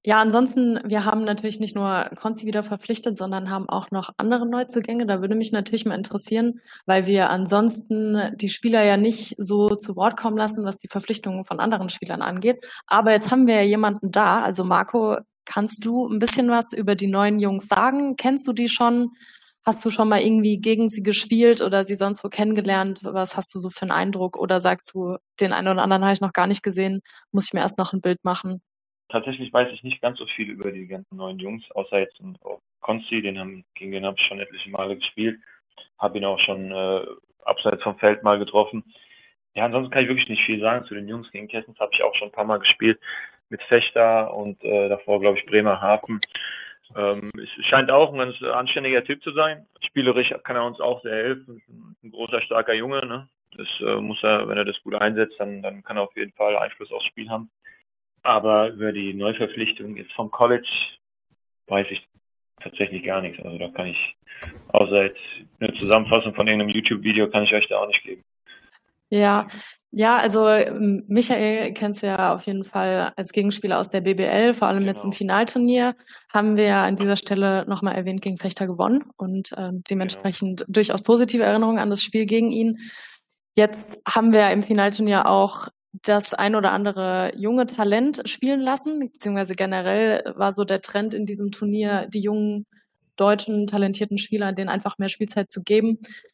[SPEAKER 1] Ja, ansonsten, wir haben natürlich nicht nur Konzi wieder verpflichtet, sondern haben auch noch andere Neuzugänge. Da würde mich natürlich mal interessieren, weil wir ansonsten die Spieler ja nicht so zu Wort kommen lassen, was die Verpflichtungen von anderen Spielern angeht. Aber jetzt haben wir ja jemanden da. Also Marco, kannst du ein bisschen was über die neuen Jungs sagen? Kennst du die schon? Hast du schon mal irgendwie gegen sie gespielt oder sie sonst wo kennengelernt? Was hast du so für einen Eindruck? Oder sagst du, den einen oder anderen habe ich noch gar nicht gesehen, muss ich mir erst noch ein Bild machen?
[SPEAKER 3] Tatsächlich weiß ich nicht ganz so viel über die ganzen neuen Jungs, außer jetzt auch Konzi, den haben, gegen den habe ich schon etliche Male gespielt, habe ihn auch schon äh, abseits vom Feld mal getroffen. Ja, ansonsten kann ich wirklich nicht viel sagen zu den Jungs. Gegen Kessens habe ich auch schon ein paar Mal gespielt mit Fechter und äh, davor, glaube ich, Bremerhaven. Ähm, es scheint auch ein ganz anständiger Typ zu sein. Spielerisch kann er uns auch sehr helfen. Ein, ein großer, starker Junge. Ne? Das äh, muss er, wenn er das gut einsetzt, dann, dann kann er auf jeden Fall Einfluss aufs Spiel haben. Aber über die Neuverpflichtung jetzt vom College weiß ich tatsächlich gar nichts. Also da kann ich, außer jetzt eine Zusammenfassung von irgendeinem YouTube-Video, kann ich euch da auch nicht geben.
[SPEAKER 1] Ja, ja, also Michael kennst du ja auf jeden Fall als Gegenspieler aus der B B L, vor allem genau. Jetzt im Finalturnier haben wir ja an dieser Stelle nochmal erwähnt gegen Fechter gewonnen und äh, dementsprechend genau. durchaus positive Erinnerungen an das Spiel gegen ihn. Jetzt haben wir im Finalturnier auch das ein oder andere junge Talent spielen lassen, beziehungsweise generell war so der Trend in diesem Turnier, die jungen deutschen talentierten Spieler denen einfach mehr Spielzeit zu geben.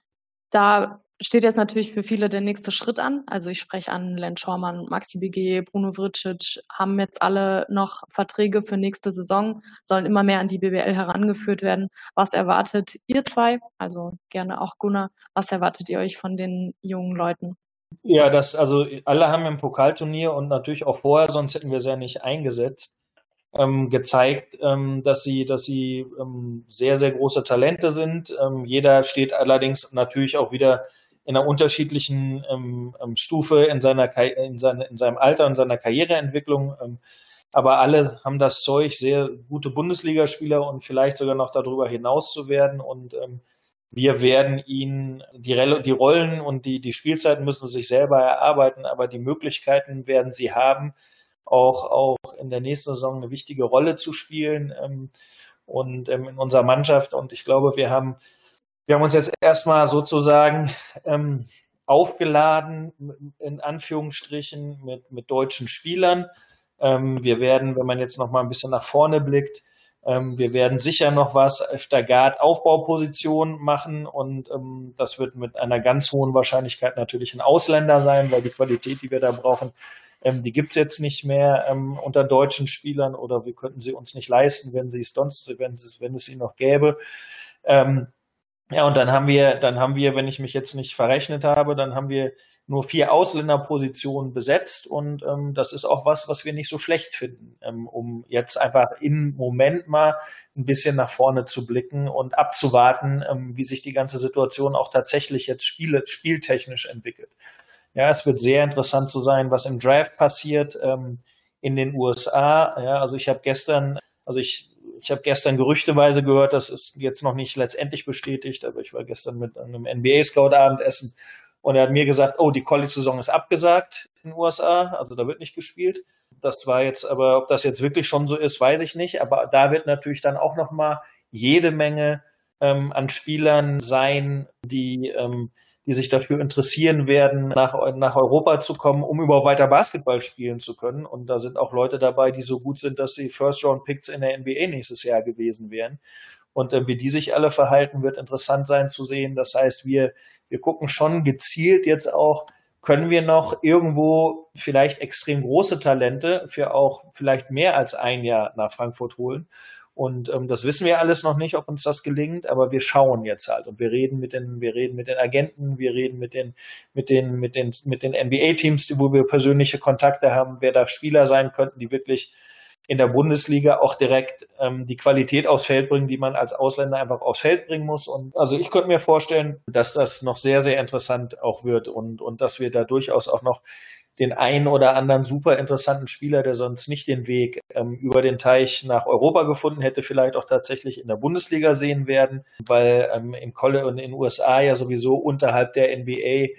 [SPEAKER 1] Da steht jetzt natürlich für viele der nächste Schritt an. Also ich spreche an Len Schormann, Maxi B G, Bruno Vricic, haben jetzt alle noch Verträge für nächste Saison, sollen immer mehr an die B B L herangeführt werden. Was erwartet ihr zwei, also gerne auch Gunnar, was erwartet ihr euch von den jungen Leuten?
[SPEAKER 2] Ja, das, also alle haben im Pokalturnier und natürlich auch vorher, sonst hätten wir es ja nicht eingesetzt, ähm, gezeigt, ähm, dass sie, dass sie ähm, sehr, sehr große Talente sind. Ähm, jeder steht allerdings natürlich auch wieder in einer unterschiedlichen ähm, Stufe in seiner, in, seine, in seinem Alter und seiner Karriereentwicklung. Ähm, aber alle haben das Zeug, sehr gute Bundesligaspieler und vielleicht sogar noch darüber hinaus zu werden. Und ähm, wir werden ihnen die, die Rollen und die, die Spielzeiten müssen sie sich selber erarbeiten, aber die Möglichkeiten werden sie haben, auch, auch in der nächsten Saison eine wichtige Rolle zu spielen ähm, und ähm, in unserer Mannschaft. Und ich glaube, wir haben, wir haben uns jetzt erstmal sozusagen ähm, aufgeladen, in Anführungsstrichen, mit, mit deutschen Spielern. Ähm, wir werden, wenn man jetzt noch mal ein bisschen nach vorne blickt, ähm, wir werden sicher noch was auf der Guard-Aufbauposition machen und ähm, das wird mit einer ganz hohen Wahrscheinlichkeit natürlich ein Ausländer sein, weil die Qualität, die wir da brauchen, ähm, die gibt's jetzt nicht mehr ähm, unter deutschen Spielern oder wir könnten sie uns nicht leisten, wenn sie es sonst, wenn es, wenn es sie noch gäbe. Ähm, ja, und dann haben wir, dann haben wir, wenn ich mich jetzt nicht verrechnet habe, dann haben wir nur vier Ausländerpositionen besetzt und ähm, das ist auch was, was wir nicht so schlecht finden, ähm, um jetzt einfach im Moment mal ein bisschen nach vorne zu blicken und abzuwarten, ähm, wie sich die ganze Situation auch tatsächlich jetzt spiele, spieltechnisch entwickelt. Ja, es wird sehr interessant zu sein, was im Draft passiert ähm, in den U S A. Ja, also ich habe gestern, also ich Ich habe gestern gerüchteweise gehört, das ist jetzt noch nicht letztendlich bestätigt, aber ich war gestern mit einem N B A-Scout-Abendessen und er hat mir gesagt, oh, die College-Saison ist abgesagt in den U S A, also da wird nicht gespielt. Das war jetzt, aber ob das jetzt wirklich schon so ist, weiß ich nicht. Aber da wird natürlich dann auch noch mal jede Menge ähm, an Spielern sein, die ähm, die sich dafür interessieren werden, nach, nach Europa zu kommen, um überhaupt weiter Basketball spielen zu können. Und da sind auch Leute dabei, die so gut sind, dass sie First-Round-Picks in der N B A nächstes Jahr gewesen wären. Und äh, wie die sich alle verhalten, wird interessant sein zu sehen. Das heißt, wir, wir gucken schon gezielt jetzt auch, können wir noch irgendwo vielleicht extrem große Talente für auch vielleicht mehr als ein Jahr nach Frankfurt holen. Und ähm, das wissen wir alles noch nicht, ob uns das gelingt, aber wir schauen jetzt halt und wir reden mit den, wir reden mit den Agenten, wir reden mit den, mit den, mit den, mit den N B A-Teams, wo wir persönliche Kontakte haben, wer da Spieler sein könnten, die wirklich in der Bundesliga auch direkt ähm, die Qualität aufs Feld bringen, die man als Ausländer einfach aufs Feld bringen muss. Und also ich könnte mir vorstellen, dass das noch sehr, sehr interessant auch wird und und dass wir da durchaus auch noch den einen oder anderen super interessanten Spieler, der sonst nicht den Weg ähm, über den Teich nach Europa gefunden hätte, vielleicht auch tatsächlich in der Bundesliga sehen werden, weil ähm, im College und in den U S A ja sowieso unterhalb der N B A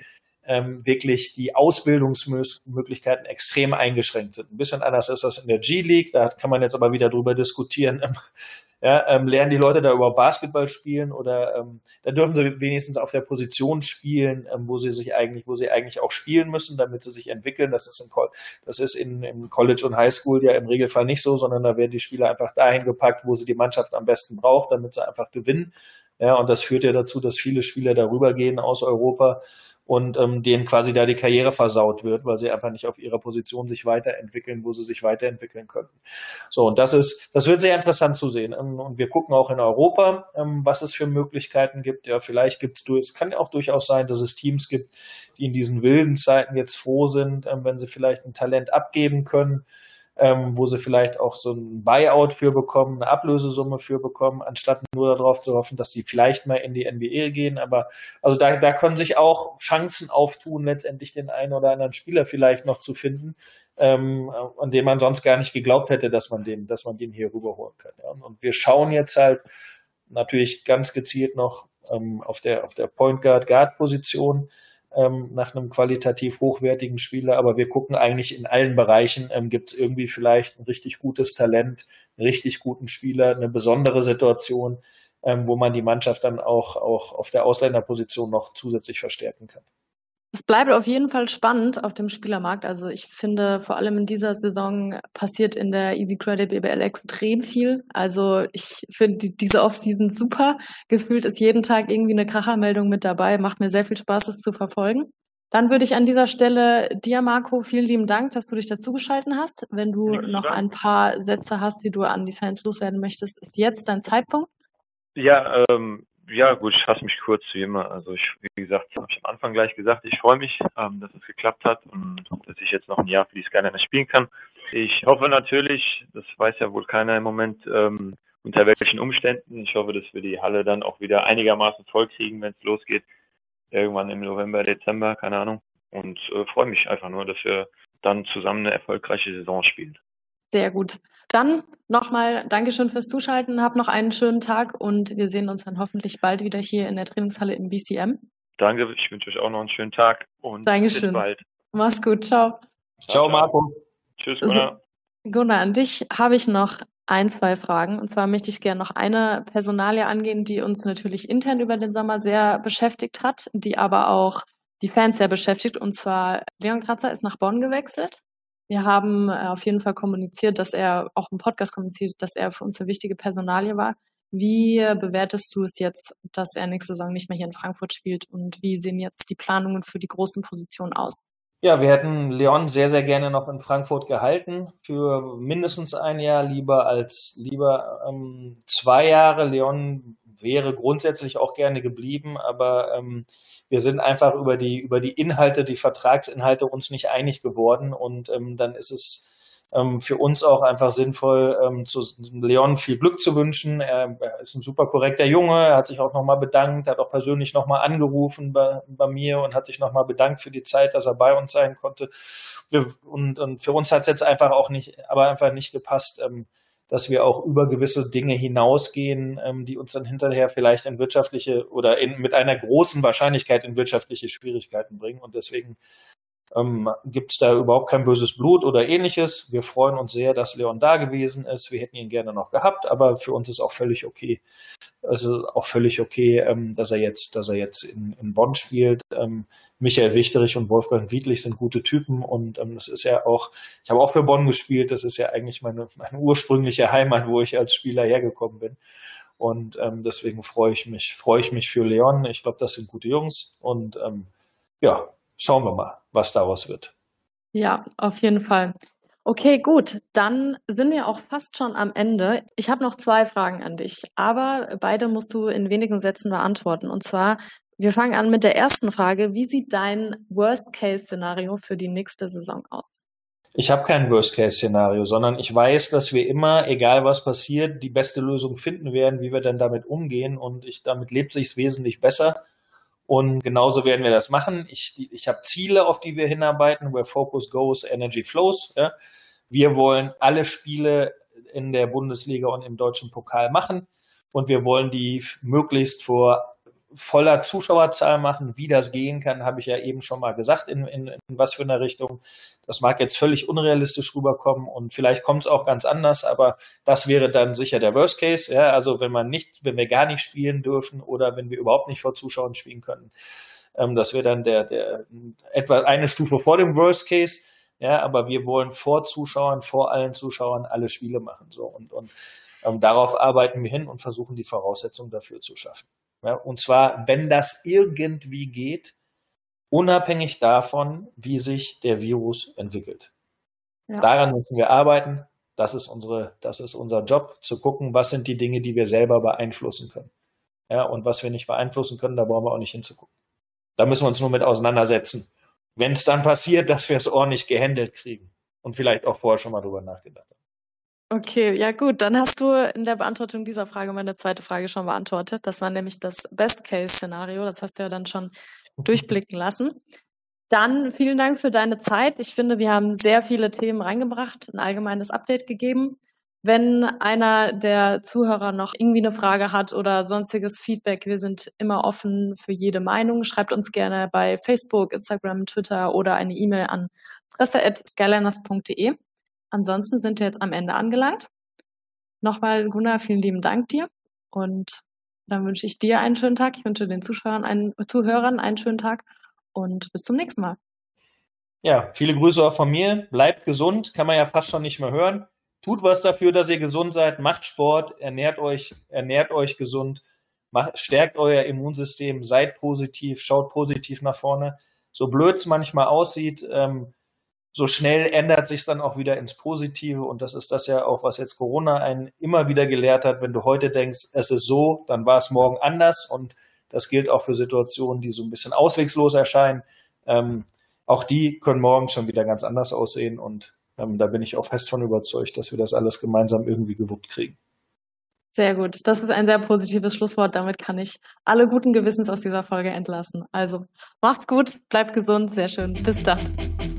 [SPEAKER 2] ähm, wirklich die Ausbildungsmöglichkeiten extrem eingeschränkt sind. Ein bisschen anders ist das in der G-League, da kann man jetzt aber wieder drüber diskutieren. Ja, ähm, lernen die Leute da überhaupt Basketball spielen oder ähm, da dürfen sie wenigstens auf der Position spielen, ähm, wo sie sich eigentlich, wo sie eigentlich auch spielen müssen, damit sie sich entwickeln. Das ist, in, das ist in, in College und Highschool ja im Regelfall nicht so, sondern da werden die Spieler einfach dahin gepackt, wo sie die Mannschaft am besten braucht, damit sie einfach gewinnen. Ja, und das führt ja dazu, dass viele Spieler darüber gehen aus Europa und ähm, denen quasi da die Karriere versaut wird, weil sie einfach nicht auf ihrer Position sich weiterentwickeln, wo sie sich weiterentwickeln könnten. So, und das ist, das wird sehr interessant zu sehen. Und wir gucken auch in Europa, ähm, was es für Möglichkeiten gibt. Ja, vielleicht gibt es, es kann ja auch durchaus sein, dass es Teams gibt, die in diesen wilden Zeiten jetzt froh sind, ähm, wenn sie vielleicht ein Talent abgeben können, ähm, wo sie vielleicht auch so ein Buyout für bekommen, eine Ablösesumme für bekommen, anstatt nur darauf zu hoffen, dass sie vielleicht mal in die N B A gehen. Aber also da, da können sich auch Chancen auftun, letztendlich den einen oder anderen Spieler vielleicht noch zu finden, ähm, an dem man sonst gar nicht geglaubt hätte, dass man den, dass man den hier rüberholen kann. Ja. Und wir schauen jetzt halt natürlich ganz gezielt noch ähm, auf der auf der Point Guard Guard Position ähm, nach einem qualitativ hochwertigen Spieler, aber wir gucken eigentlich in allen Bereichen, ähm, gibt es irgendwie vielleicht ein richtig gutes Talent, einen richtig guten Spieler, eine besondere Situation, ähm, wo man die Mannschaft dann auch, auch auf der Ausländerposition noch zusätzlich verstärken kann.
[SPEAKER 1] Es bleibt auf jeden Fall spannend auf dem Spielermarkt. Also ich finde, vor allem in dieser Saison passiert in der Easy Credit B B L extrem viel. Also ich finde die, diese Offseason super. Gefühlt ist jeden Tag irgendwie eine Krachermeldung mit dabei. Macht mir sehr viel Spaß, es zu verfolgen. Dann würde ich an dieser Stelle dir, Marco, vielen lieben Dank, dass du dich dazugeschalten hast. Wenn du noch ein paar Sätze hast, die du an die Fans loswerden möchtest, ist jetzt dein Zeitpunkt.
[SPEAKER 3] Ja, ähm, ja, gut, ich fasse mich kurz wie immer. Also ich, wie gesagt, habe ich am Anfang gleich gesagt, ich freue mich, ähm, dass es geklappt hat und dass ich jetzt noch ein Jahr für die Skyliners spielen kann. Ich hoffe natürlich, das weiß ja wohl keiner im Moment, ähm, unter welchen Umständen. Ich hoffe, dass wir die Halle dann auch wieder einigermaßen voll kriegen, wenn es losgeht. Irgendwann im November, Dezember, keine Ahnung. Und äh, freue mich einfach nur, dass wir dann zusammen eine erfolgreiche Saison spielen.
[SPEAKER 1] Sehr gut. Dann nochmal Dankeschön fürs Zuschalten. Hab noch einen schönen Tag und wir sehen uns dann hoffentlich bald wieder hier in der Trainingshalle im B C M.
[SPEAKER 3] Danke, ich wünsche euch auch noch einen schönen Tag und
[SPEAKER 1] Dankeschön.
[SPEAKER 3] bis bald.
[SPEAKER 1] Mach's gut, ciao.
[SPEAKER 2] Ciao, Marco.
[SPEAKER 3] Tschüss, Gunnar.
[SPEAKER 1] So, Gunnar, an dich habe ich noch ein, zwei Fragen. Und zwar möchte ich gerne noch eine Personalie angehen, die uns natürlich intern über den Sommer sehr beschäftigt hat, die aber auch die Fans sehr beschäftigt. Und zwar Leon Kratzer ist nach Bonn gewechselt. Wir haben auf jeden Fall kommuniziert, dass er, auch im Podcast kommuniziert, dass er für uns eine wichtige Personalie war. Wie bewertest du es jetzt, dass er nächste Saison nicht mehr hier in Frankfurt spielt und wie sehen jetzt die Planungen für die großen Positionen aus?
[SPEAKER 2] Ja, wir hätten Leon sehr, sehr gerne noch in Frankfurt gehalten für mindestens ein Jahr, lieber als lieber ähm, zwei Jahre. Leon wäre grundsätzlich auch gerne geblieben, aber ähm, wir sind einfach über die über die Inhalte, die Vertragsinhalte uns nicht einig geworden und ähm, dann ist es ähm, für uns auch einfach sinnvoll, ähm, zu Leon viel Glück zu wünschen. Er, er ist ein super korrekter Junge, er hat sich auch nochmal bedankt, hat auch persönlich nochmal angerufen bei, bei mir und hat sich nochmal bedankt für die Zeit, dass er bei uns sein konnte. Wir, und, und für uns hat es jetzt einfach auch nicht, aber einfach nicht gepasst, ähm, dass wir auch über gewisse Dinge hinausgehen, ähm, die uns dann hinterher vielleicht in wirtschaftliche oder in, mit einer großen Wahrscheinlichkeit in wirtschaftliche Schwierigkeiten bringen. Und deswegen ähm, gibt es da überhaupt kein böses Blut oder ähnliches. Wir freuen uns sehr, dass Leon da gewesen ist. Wir hätten ihn gerne noch gehabt, aber für uns ist auch völlig okay. Es ist auch völlig okay, ähm, dass er jetzt, dass er jetzt in, in Bonn spielt. Ähm, Michael Wichterich und Wolfgang Wiedlich sind gute Typen und ähm, das ist ja auch, ich habe auch für Bonn gespielt, das ist ja eigentlich meine, meine ursprüngliche Heimat, wo ich als Spieler hergekommen bin. Und ähm, deswegen freue ich mich, freue ich mich für Leon. Ich glaube, das sind gute Jungs und ähm, ja, schauen wir mal, was daraus wird.
[SPEAKER 1] Ja, auf jeden Fall. Okay, gut. Dann sind wir auch fast schon am Ende. Ich habe noch zwei Fragen an dich, aber beide musst du in wenigen Sätzen beantworten. Und zwar, wir fangen an mit der ersten Frage. Wie sieht dein Worst-Case-Szenario für die nächste Saison aus?
[SPEAKER 2] Ich habe kein Worst-Case-Szenario, sondern ich weiß, dass wir immer, egal was passiert, die beste Lösung finden werden, wie wir dann damit umgehen. Und ich, damit lebt sich's wesentlich besser. Und genauso werden wir das machen. Ich, ich habe Ziele, auf die wir hinarbeiten. Where focus goes, energy flows. Ja. Wir wollen alle Spiele in der Bundesliga und im deutschen Pokal machen. Und wir wollen die möglichst vor voller Zuschauerzahl machen. Wie das gehen kann, habe ich ja eben schon mal gesagt, in, in, in was für einer Richtung. Das mag jetzt völlig unrealistisch rüberkommen und vielleicht kommt es auch ganz anders, aber das wäre dann sicher der Worst Case. Ja, also wenn man nicht, wenn wir gar nicht spielen dürfen oder wenn wir überhaupt nicht vor Zuschauern spielen können, ähm, das wäre dann der, der etwa eine Stufe vor dem Worst Case. Ja, aber wir wollen vor Zuschauern, vor allen Zuschauern alle Spiele machen. So und, und ähm, darauf arbeiten wir hin und versuchen die Voraussetzungen dafür zu schaffen. Ja, und zwar, wenn das irgendwie geht, unabhängig davon, wie sich der Virus entwickelt. Ja. Daran müssen wir arbeiten. Das ist unsere, das ist unser Job, zu gucken, was sind die Dinge, die wir selber beeinflussen können. Ja, und was wir nicht beeinflussen können, da brauchen wir auch nicht hinzugucken. Da müssen wir uns nur mit auseinandersetzen. Wenn es dann passiert, dass wir es ordentlich gehandelt kriegen und vielleicht auch vorher schon mal drüber nachgedacht haben.
[SPEAKER 1] Okay, ja gut, dann hast du in der Beantwortung dieser Frage meine zweite Frage schon beantwortet. Das war nämlich das Best-Case-Szenario, das hast du ja dann schon durchblicken lassen. Dann vielen Dank für deine Zeit. Ich finde, wir haben sehr viele Themen reingebracht, ein allgemeines Update gegeben. Wenn einer der Zuhörer noch irgendwie eine Frage hat oder sonstiges Feedback, wir sind immer offen für jede Meinung. Schreibt uns gerne bei Facebook, Instagram, Twitter oder eine E-Mail an presse at skyliners punkt de. Ansonsten sind wir jetzt am Ende angelangt. Nochmal, Gunnar, vielen lieben Dank dir. Und dann wünsche ich dir einen schönen Tag. Ich wünsche den Zuschauern einen, Zuhörern einen schönen Tag und bis zum nächsten Mal.
[SPEAKER 2] Ja, viele Grüße auch von mir. Bleibt gesund, kann man ja fast schon nicht mehr hören. Tut was dafür, dass ihr gesund seid, macht Sport, ernährt euch, ernährt euch gesund, macht, stärkt euer Immunsystem, seid positiv, schaut positiv nach vorne. So blöd es manchmal aussieht, ähm, so schnell ändert sich dann auch wieder ins Positive und das ist das ja auch, was jetzt Corona einen immer wieder gelehrt hat. Wenn du heute denkst, es ist so, dann war es morgen anders und das gilt auch für Situationen, die so ein bisschen auswegslos erscheinen. Ähm, auch die können morgen schon wieder ganz anders aussehen und Ähm, da bin ich auch fest von überzeugt, dass wir das alles gemeinsam irgendwie gewuppt kriegen.
[SPEAKER 1] Sehr gut. Das ist ein sehr positives Schlusswort. Damit kann ich alle guten Gewissens aus dieser Folge entlassen. Also macht's gut, bleibt gesund, sehr schön. Bis dann.